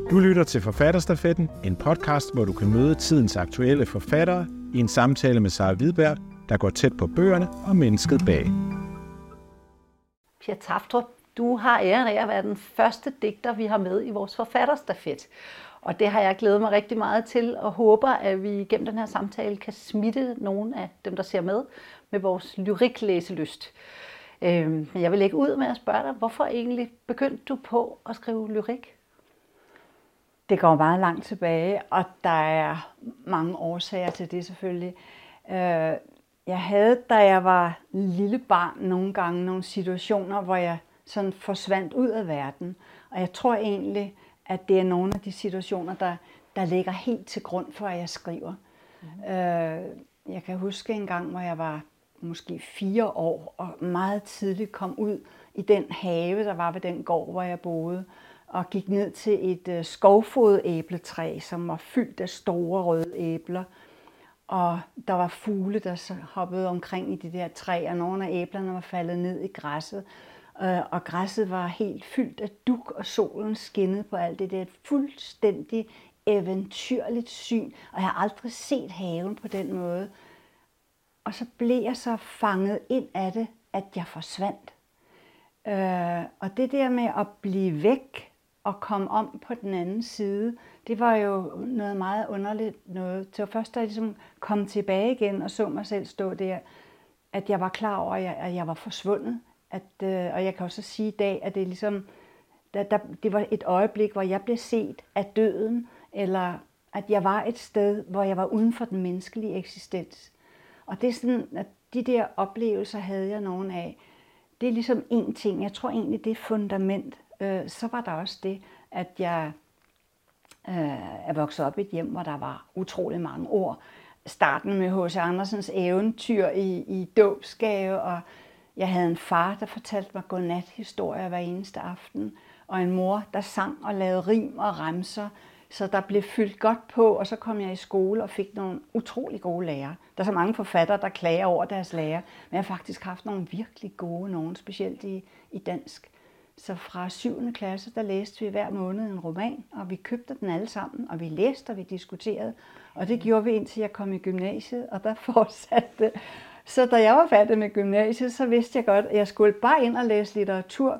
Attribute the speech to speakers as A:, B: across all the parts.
A: Du lytter til Forfatterstafetten, en podcast, hvor du kan møde tidens aktuelle forfattere i en samtale med Sara Hvidberg, der går tæt på bøgerne og mennesket bag.
B: Pia Taftrup, du har æren af at være den første digter, vi har med i vores forfatterstafet. Og det har jeg glædet mig rigtig meget til, og håber, at vi gennem den her samtale kan smitte nogle af dem, der ser med vores lyriklæselyst. Jeg vil lægge ud med at spørge dig, hvorfor egentlig begyndte du på at skrive lyrik?
C: Det går meget langt tilbage, og der er mange årsager til det selvfølgelig. Jeg havde, da jeg var lille barn, nogle gange nogle situationer, hvor jeg sådan forsvandt ud af verden. Og jeg tror egentlig, at det er nogle af de situationer, der ligger helt til grund for, at jeg skriver. Jeg kan huske en gang, hvor jeg var måske 4 år, og meget tidligt kom ud i den have, der var ved den gård, hvor jeg boede, og gik ned til et skovfodet æbletræ, som var fyldt af store røde æbler. Og der var fugle, der så hoppede omkring i det der træ, og nogle af æblerne var faldet ned i græsset. Og græsset var helt fyldt af dug, og solen skinnede på alt det der. Et fuldstændig eventyrligt syn, og jeg har aldrig set haven på den måde. Og så blev jeg så fanget ind af det, at jeg forsvandt. Og det der med at blive væk og komme om på den anden side, det var jo noget meget underligt noget. Så først da jeg ligesom kom tilbage igen og så mig selv stå der, at jeg var klar over, at jeg var forsvundet. Og jeg kan også sige i dag, at det ligesom, det var et øjeblik, hvor jeg blev set af døden, eller at jeg var et sted, hvor jeg var uden for den menneskelige eksistens. Og det er sådan, at de der oplevelser havde jeg nogen af. Det er ligesom en ting. Jeg tror egentlig, det er fundament. Så var der også det, at jeg er vokset op i et hjem, hvor der var utrolig mange ord. Starten med H.C. Andersens eventyr i dåbsgave, og jeg havde en far, der fortalte mig godnathistorier hver eneste aften, og en mor, der sang og lavede rim og remser, så der blev fyldt godt på, og så kom jeg i skole og fik nogle utrolig gode lærere. Der er så mange forfattere, der klager over deres lærere, men jeg har faktisk haft nogle virkelig gode, nogle specielt i dansk. Så fra 7. klasse, der læste vi hver måned en roman, og vi købte den alle sammen, og vi læste, og vi diskuterede. Og det gjorde vi, indtil jeg kom i gymnasiet, og der fortsatte det. Så da jeg var færdig med gymnasiet, så vidste jeg godt, at jeg skulle bare ind og læse litteratur.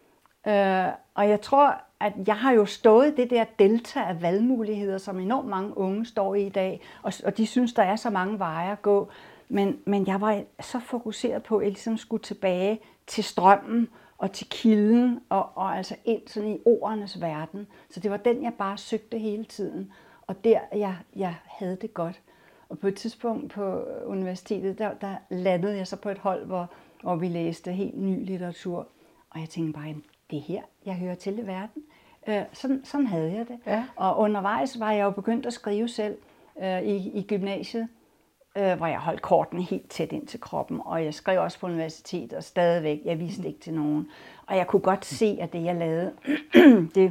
C: Og jeg tror, at jeg har jo stået i det der delta af valgmuligheder, som enormt mange unge står i dag, og de synes, der er så mange veje at gå. Men jeg var så fokuseret på, at jeg ligesom skulle tilbage til strømmen, og til kilden, og altså ind sådan i ordenes verden. Så det var den, jeg bare søgte hele tiden. Og der, jeg havde det godt. Og på et tidspunkt på universitetet, der landede jeg så på et hold, hvor vi læste helt ny litteratur. Og jeg tænkte bare, det er her, jeg hører til i verden. Sådan havde jeg det. Ja. Og undervejs var jeg jo begyndt at skrive selv i gymnasiet, hvor jeg holdt kortene helt tæt ind til kroppen, og jeg skrev også på universitetet, og stadigvæk, jeg vidste ikke til nogen. Og jeg kunne godt se, at det, jeg lavede, det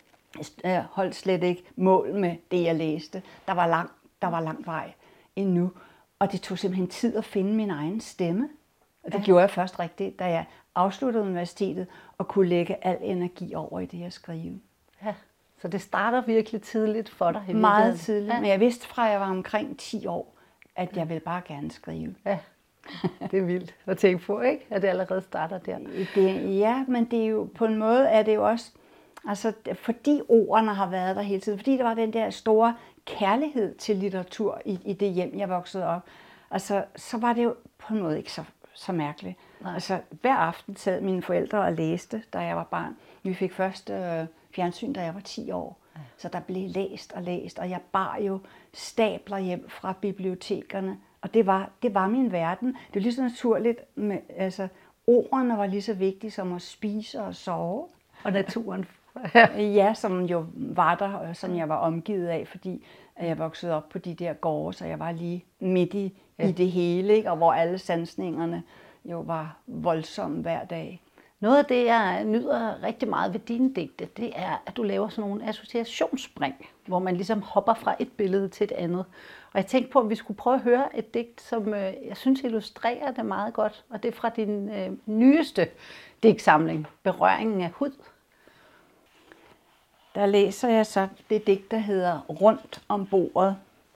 C: holdt slet ikke mål med det, jeg læste. Der var lang vej endnu, og det tog simpelthen tid at finde min egen stemme. Og det gjorde jeg først rigtigt, da jeg afsluttede universitetet, og kunne lægge al energi over i det at skrive.
B: Ja, så det starter virkelig tidligt for dig?
C: Meget tidligt, men jeg vidste fra, at jeg var omkring 10 år, at jeg ville bare gerne skrive.
B: Ja, det er vildt at tænke på, ikke? At det allerede starter der.
C: Ja, men det er jo, på en måde er det jo også, altså fordi ordene har været der hele tiden, fordi der var den der store kærlighed til litteratur i det hjem, jeg voksede op, altså så var det jo på en måde ikke så mærkeligt. Nej. Altså hver aften sad mine forældre og læste, da jeg var barn. Vi fik først fjernsyn, da jeg var 10 år. Så der blev læst og læst, og jeg bar jo stabler hjem fra bibliotekerne. Og det var min verden. Det var lige så naturligt, altså ordene var lige så vigtige som at spise og sove.
B: Og naturen.
C: Ja, som jo var der, og som jeg var omgivet af, fordi jeg voksede op på de der gårde, så jeg var lige midt i det hele, ikke? Og hvor alle sansningerne jo var voldsomme hver dag.
B: Noget af det, jeg nyder rigtig meget ved dine digte, det er, at du laver sådan nogle associationsspring, hvor man ligesom hopper fra et billede til et andet. Og jeg tænkte på, at vi skulle prøve at høre et digt, som jeg synes illustrerer det meget godt. Og det er fra din nyeste digtsamling, Berøringen af hud.
C: der læser jeg så det digt, der hedder Rundt om bordet.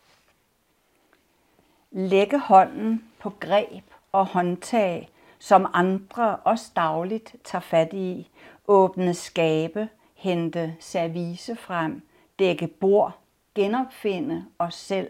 C: Lægge hånden på greb og håndtag, som andre også dagligt tager fat i. Åbne skabe, hente service frem, dække bord, genopfinde os selv.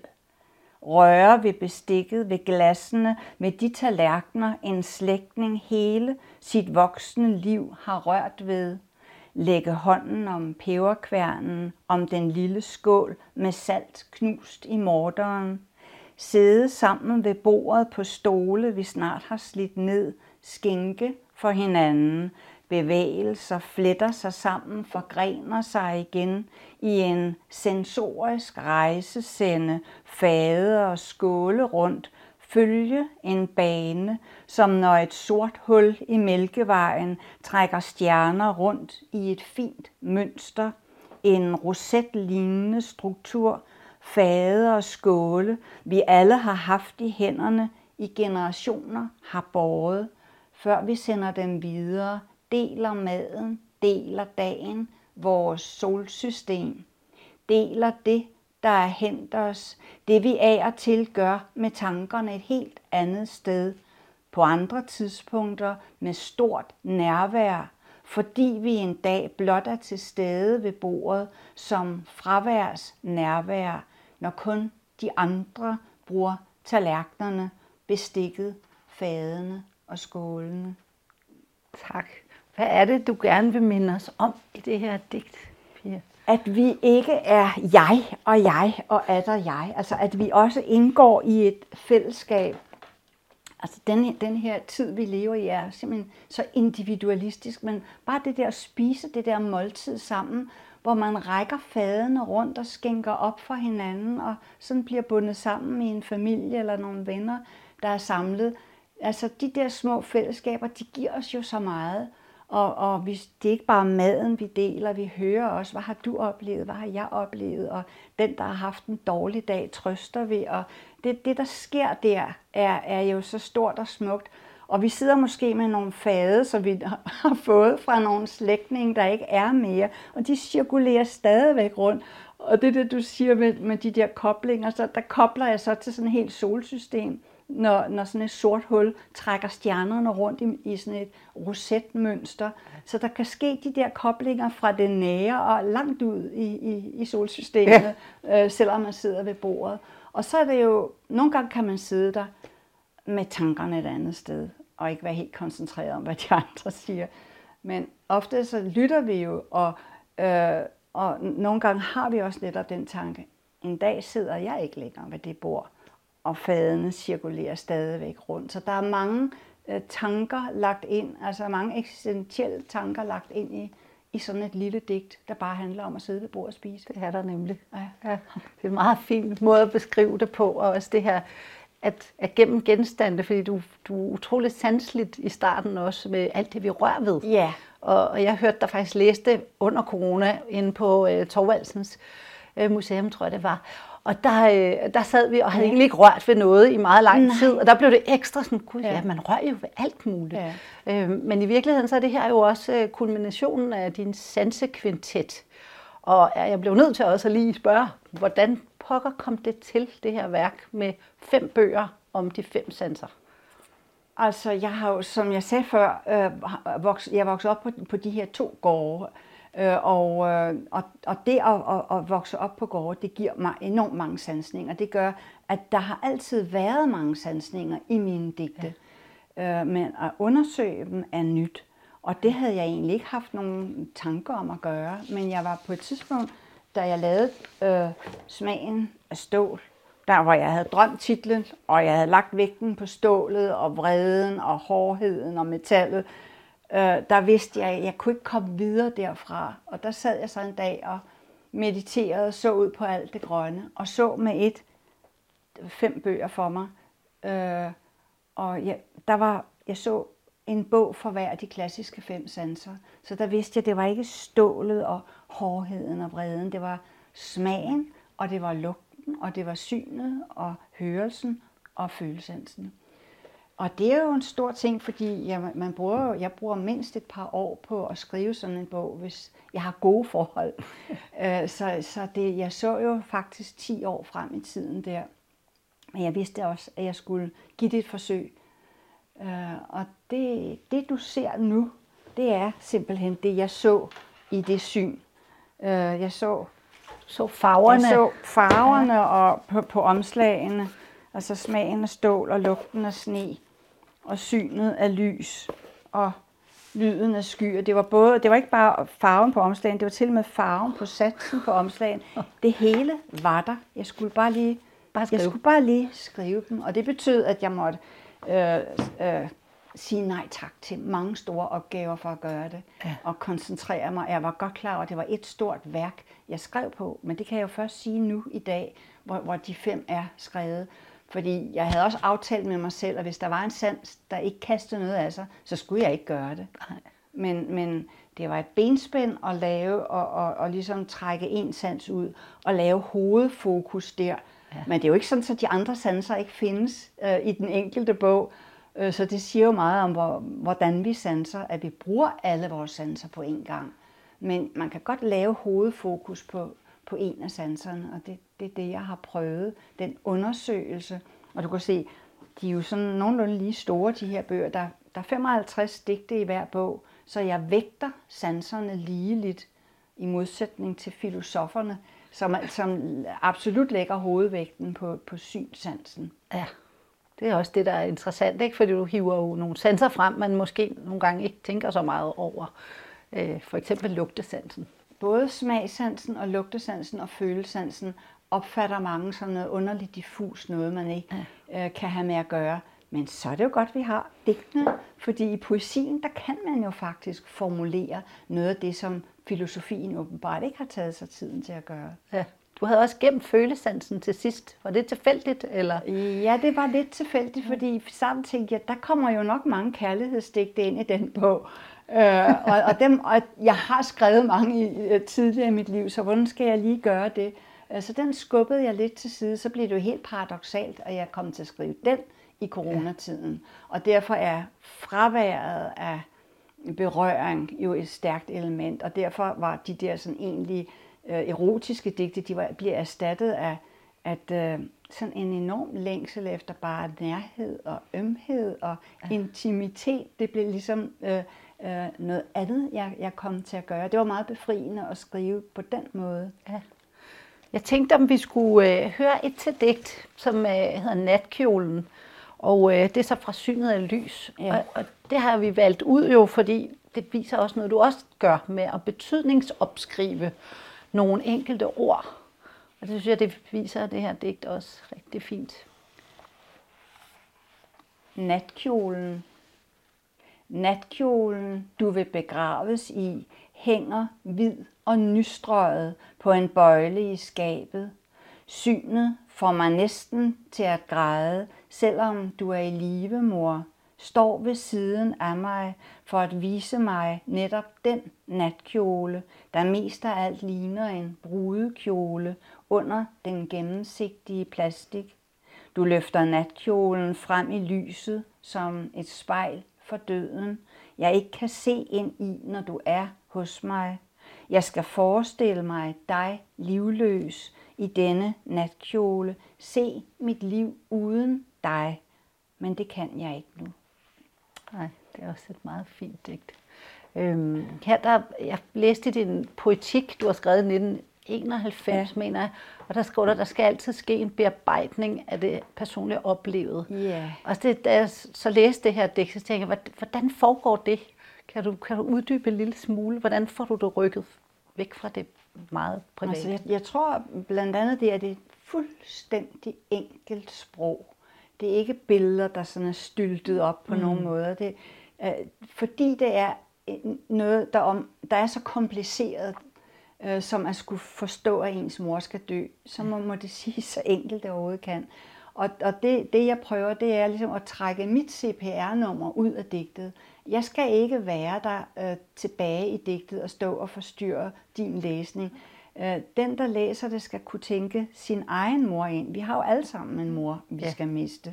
C: Røre ved bestikket, ved glassene, med de tallerkener, en slægtning hele sit voksne liv har rørt ved. Lægge hånden om peberkværnen, om den lille skål med salt knust i morderen. Sidde sammen ved bordet på stole, vi snart har slidt ned, skænke for hinanden. Bevægelser fletter sig sammen, forgrener sig igen i en sensorisk rejsesende, fade og skåle rundt, følge en bane, som når et sort hul i Mælkevejen trækker stjerner rundt i et fint mønster, en roset-lignende struktur, fade og skåle, vi alle har haft i hænderne, i generationer har båret, før vi sender dem videre, deler maden, deler dagen, vores solsystem, deler det, der er hent os, det vi af og til gør med tankerne et helt andet sted, på andre tidspunkter med stort nærvær, fordi vi en dag blot er til stede ved bordet som fraværs nærvær, når kun de andre bruger tallerkenerne, bestikket, fadene og skålene.
B: Tak. Hvad er det, du gerne vil minde os om i det her digt, Pia?
C: At vi ikke er jeg og atter jeg. Altså at vi også indgår i et fællesskab. Altså den her tid, vi lever i, er simpelthen så individualistisk. Men bare det der at spise, det der måltid sammen, hvor man rækker fadene rundt og skænker op for hinanden, og sådan bliver bundet sammen i en familie eller nogle venner, der er samlet. Altså de der små fællesskaber, de giver os jo så meget. Og det er ikke bare maden, vi deler, vi hører også, hvad har du oplevet, hvad har jeg oplevet, og den, der har haft en dårlig dag, trøster vi, og det der sker der, er jo så stort og smukt. Og vi sidder måske med nogle fade, som vi har fået fra nogle slægtninge, der ikke er mere, og de cirkulerer stadigvæk rundt. Og det du siger med de der koblinger, så der kobler jeg så til sådan et helt solsystem, når sådan et sort hul trækker stjernerne rundt i sådan et rosetmønster. Så der kan ske de der koblinger fra det nære og langt ud i solsystemet, selvom man sidder ved bordet. Og så er det jo, nogle gange kan man sidde der med tankerne et andet sted, og ikke være helt koncentreret om, hvad de andre siger. Men ofte så lytter vi jo, og nogle gange har vi også netop den tanke, en dag sidder jeg ikke længere ved det bord, og fadene cirkulerer stadigvæk rundt. Så der er mange tanker lagt ind, altså mange eksistentielle tanker lagt ind i sådan et lille digt, der bare handler om at sidde ved bordet og spise.
B: Det er der nemlig. Ja. Det er en meget fin måde at beskrive det på, og også det her, at gennem genstande, fordi du er utroligt sansligt i starten også med alt det, vi rører ved.
C: Ja.
B: Og jeg hørte dig faktisk læse det under corona inde på Thorvaldsens museum, tror jeg det var. Og der sad vi og havde egentlig ikke rørt ved noget i meget lang tid, og der blev det ekstra sådan, gud ja, man rører jo ved alt muligt. Ja. Men i virkeligheden så er det her jo også kulminationen af din sansekvintet. Og jeg blev nødt til også at lige spørge, hvordan pokker kom det til, det her værk med 5 bøger om de 5 sanser?
C: Altså, jeg har jo, som jeg sagde før, jeg voksede op på de her 2 gårde. Og det at vokse op på gårde, det giver mig enormt mange sansninger. Det gør, at der har altid været mange sansninger i mine digte. Ja. Men at undersøge dem er nyt. Og det havde jeg egentlig ikke haft nogen tanker om at gøre. Men jeg var på et tidspunkt, da jeg lavede Smagen af stål, der hvor jeg havde drømt titlen, og jeg havde lagt vægten på stålet og vreden og hårdheden og metallet, der vidste jeg, at jeg kunne ikke komme videre derfra. Og der sad jeg så en dag og mediterede, så ud på alt det grønne, og så med 5 bøger for mig. Jeg så en bog for hver af de klassiske 5 sanser. Så der vidste jeg, at det var ikke stålet og hårdheden og vreden. Det var smagen, og det var lugten, og det var synet og hørelsen og følelsen. Og det er jo en stor ting, fordi jeg bruger mindst et par år på at skrive sådan en bog, hvis jeg har gode forhold. Jeg så jo faktisk 10 år frem i tiden der. Men jeg vidste også, at jeg skulle give det et forsøg. Og det du ser nu, det er simpelthen det, jeg så i det syn. Jeg så farverne. Jeg så farverne og på omslagene, altså smagen af stål og lugten af sne, og synet af lys og lyden af skyer. Det var ikke bare farven på omslagen, det var til og med farven på satsen på omslagen. Det hele var der. Jeg skulle bare lige skrive dem, og det betød, at jeg måtte sige nej tak til mange store opgaver for at gøre det, og koncentrere mig. Jeg var godt klar over, at det var et stort værk, jeg skrev på, men det kan jeg jo først sige nu i dag, hvor de 5 er skrevet. Fordi jeg havde også aftalt med mig selv, at hvis der var en sans, der ikke kastede noget af sig, så skulle jeg ikke gøre det. Men det var et benspænd at lave og ligesom trække en sans ud og lave hovedfokus der. Ja. Men det er jo ikke sådan, at de andre sanser ikke findes i den enkelte bog. Så det siger jo meget om, hvordan vi sanser, at vi bruger alle vores sanser på en gang. Men man kan godt lave hovedfokus på en af sanserne, og det er det, jeg har prøvet. Den undersøgelse, og du kan se, de er jo sådan nogenlunde lige store, de her bøger. Der er 55 digte i hver bog, så jeg vægter sanserne ligeligt i modsætning til filosoferne, som absolut lægger hovedvægten på synssansen.
B: Ja, det er også det, der er interessant, ikke? Fordi du hiver jo nogle sanser frem, man måske nogle gange ikke tænker så meget over. For eksempel lugtesansen.
C: Både smagssansen og lugtesansen og følesansen opfatter mange som noget underligt diffus, noget man ikke kan have med at gøre. Men så er det jo godt, vi har digtene, fordi i poesien, der kan man jo faktisk formulere noget af det, som filosofien åbenbart ikke har taget sig tiden til at gøre.
B: Ja. Du havde også gemt følesansen til sidst. Var det tilfældigt? Eller?
C: Ja, det var lidt tilfældigt, fordi sammen tænkte jeg, der kommer jo nok mange kærlighedsdigte ind i den bog. Og jeg har skrevet mange tidligere i mit liv, så hvordan skal jeg lige gøre det? Så den skubbede jeg lidt til side, så blev det jo helt paradoksalt, at jeg kom til at skrive den i coronatiden. Og derfor er fraværet af berøring jo et stærkt element, og derfor var de der sådan egentlig erotiske digte, bliver erstattet af sådan en enorm længsel efter bare nærhed og ømhed og intimitet. Det blev ligesom noget andet, jeg kom til at gøre. Det var meget befriende at skrive på den måde.
B: Ja. Jeg tænkte, om vi skulle høre et til digt, som hedder Natkjolen. Og det er så fra synet af lys. Ja. Og det har vi valgt ud jo, fordi det viser også noget, du også gør med at betydningsopskrive nogle enkelte ord. Og det synes jeg, det viser det her digt også rigtig fint.
C: Natkjolen. Natkjolen, du vil begraves i, hænger hvid og nystrøget på en bøjle i skabet. Synet får mig næsten til at græde, selvom du er i live, mor. Står ved siden af mig for at vise mig netop den natkjole, der mest af alt ligner en brudekjole under den gennemsigtige plastik. Du løfter natkjolen frem i lyset som et spejl for døden, jeg ikke kan se ind i, når du er hos mig. Jeg skal forestille mig dig livløs i denne natkjole, se mit liv uden dig, men det kan jeg ikke nu.
B: Nej, det er også et meget fint digt. Jeg læste din poetik, du har skrevet i 1991, mener jeg, og der skriver der skal altid ske en bearbejdning af det personlige oplevede.
C: Yeah.
B: Og da jeg så læste det her digt, så tænkte jeg, hvordan foregår det? Kan du uddybe en lille smule? Hvordan får du det rykket væk fra det meget private?
C: Altså, jeg tror blandt andet, det er et fuldstændig enkelt sprog. Det er ikke billeder, der sådan er styltet op på nogen måder. Det, fordi det er noget, der er så kompliceret, som at skulle forstå, at ens mor skal dø, så må det sige så enkelt, det overhovedet kan. Og det jeg prøver, det er ligesom at trække mit CPR-nummer ud af digtet. Jeg skal ikke være der tilbage i digtet og stå og forstyrre din læsning. Den, der læser det, skal kunne tænke sin egen mor ind. Vi har jo alle sammen en mor, vi skal miste.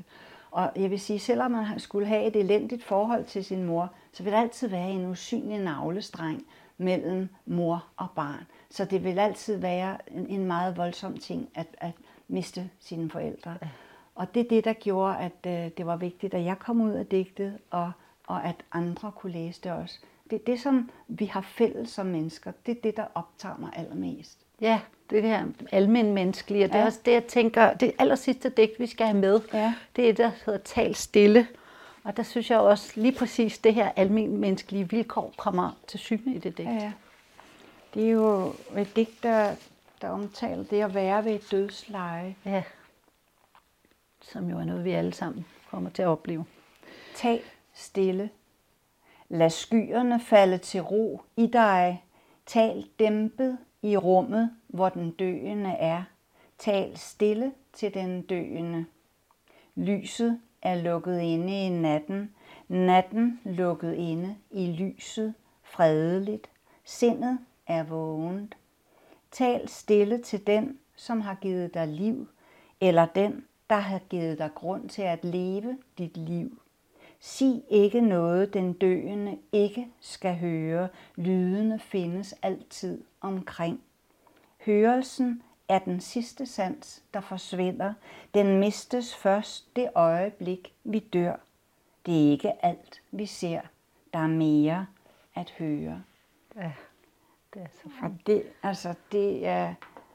C: Og jeg vil sige, selvom man skulle have et elendigt forhold til sin mor, så vil der altid være en usynlig navlestreng mellem mor og barn. Så det vil altid være en meget voldsom ting at miste sine forældre. Og det er det, der gjorde, at det var vigtigt, at jeg kom ud af digtet, og at andre kunne læse det også. Det er det, som vi har fælles som mennesker. Det er det, der optager mig allermest.
B: Ja, det her almenmenneskelige, og det er også det, jeg tænker, det aller sidste digt, vi skal have med, det er det, der hedder Tal stille. Og der synes jeg også lige præcis, det her almenmenneskelige vilkår kommer til syne i det digt.
C: Ja. Det er jo et digt, der omtaler det at være ved et dødsleje.
B: Ja, som jo er noget, vi alle sammen kommer til at opleve.
C: Tal stille. Lad skyerne falde til ro i dig. Tal dæmpet i rummet, hvor den døende er. Tal stille til den døende. Lyset er lukket inde i natten. Natten lukket inde i lyset. Fredeligt. Sindet er vågent. Tal stille til den, som har givet dig liv, eller den, der har givet dig grund til at leve dit liv. Sig ikke noget, den døende ikke skal høre. Lydene findes altid omkring. Hørelsen er den sidste sans, der forsvinder. Den mistes først det øjeblik, vi dør. Det er ikke alt, vi ser. Der er mere at høre.
B: Ja, det er så
C: fint. Det er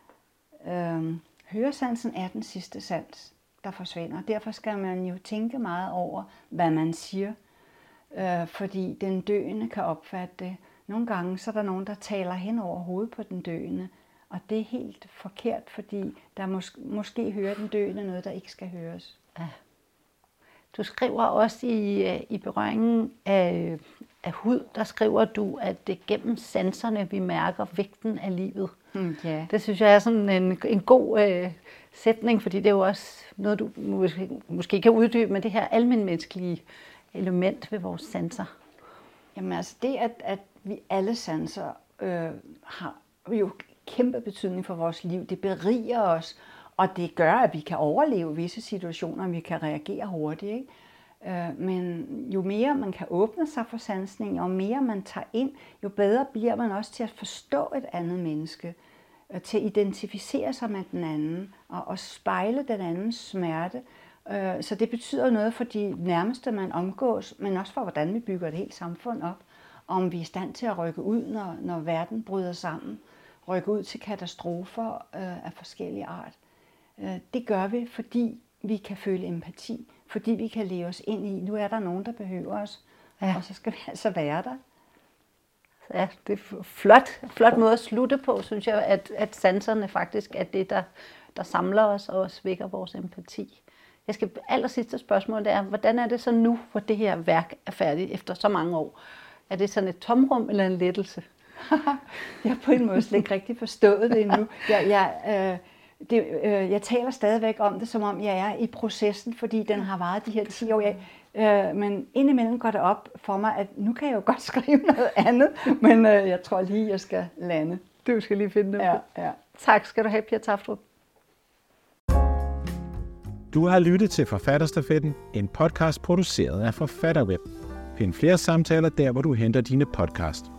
C: høresansen er den sidste sans, der forsvinder. Derfor skal man jo tænke meget over, hvad man siger, fordi den døende kan opfatte det. Nogle gange så er der nogen, der taler hen over hovedet på den døende, og det er helt forkert, fordi der måske hører den døende noget, der ikke skal høres.
B: Ja. Du skriver også i berøringen af hud, der skriver du, at det er gennem sanserne, vi mærker vægten af livet.
C: Yeah.
B: Det synes jeg er sådan en god sætning, fordi det er jo også noget, du måske kan uddybe med det her almenmenneskelige element ved vores sanser.
C: Jamen altså det, at vi alle sanser har jo kæmpe betydning for vores liv. Det beriger os, og det gør, at vi kan overleve visse situationer, og vi kan reagere hurtigt, ikke? Men jo mere man kan åbne sig for sansning, og mere man tager ind, jo bedre bliver man også til at forstå et andet menneske, til at identificere sig med den anden, og spejle den andens smerte. Så det betyder noget for de nærmeste, man omgås, men også for, hvordan vi bygger et helt samfund op, og om vi er i stand til at rykke ud, når verden bryder sammen, rykke ud til katastrofer af forskellige art. Det gør vi, fordi vi kan føle empati, fordi vi kan leve os ind i, nu er der nogen, der behøver os, og så skal vi altså være der.
B: Ja, det er flot måde at slutte på, synes jeg, at sanserne faktisk er det, der samler os og også vækker vores empati. Jeg skal allersidste spørgsmål, det er, hvordan er det så nu, hvor det her værk er færdigt efter så mange år? Er det sådan et tomrum eller en lettelse?
C: Jeg har på en måde slet ikke rigtig forstået det endnu. Jeg taler stadigvæk om det, som om jeg er i processen, fordi den har varet de her 10 år. Men indimellem går det op for mig, at nu kan jeg jo godt skrive noget andet, men jeg tror lige, jeg skal lande.
B: Du skal lige finde noget.
C: Ja.
B: Tak skal du have, Pia Tafdrup.
A: Du har lyttet til Forfatterstafetten, en podcast produceret af Forfatterweb. Find flere samtaler der, hvor du henter dine podcast.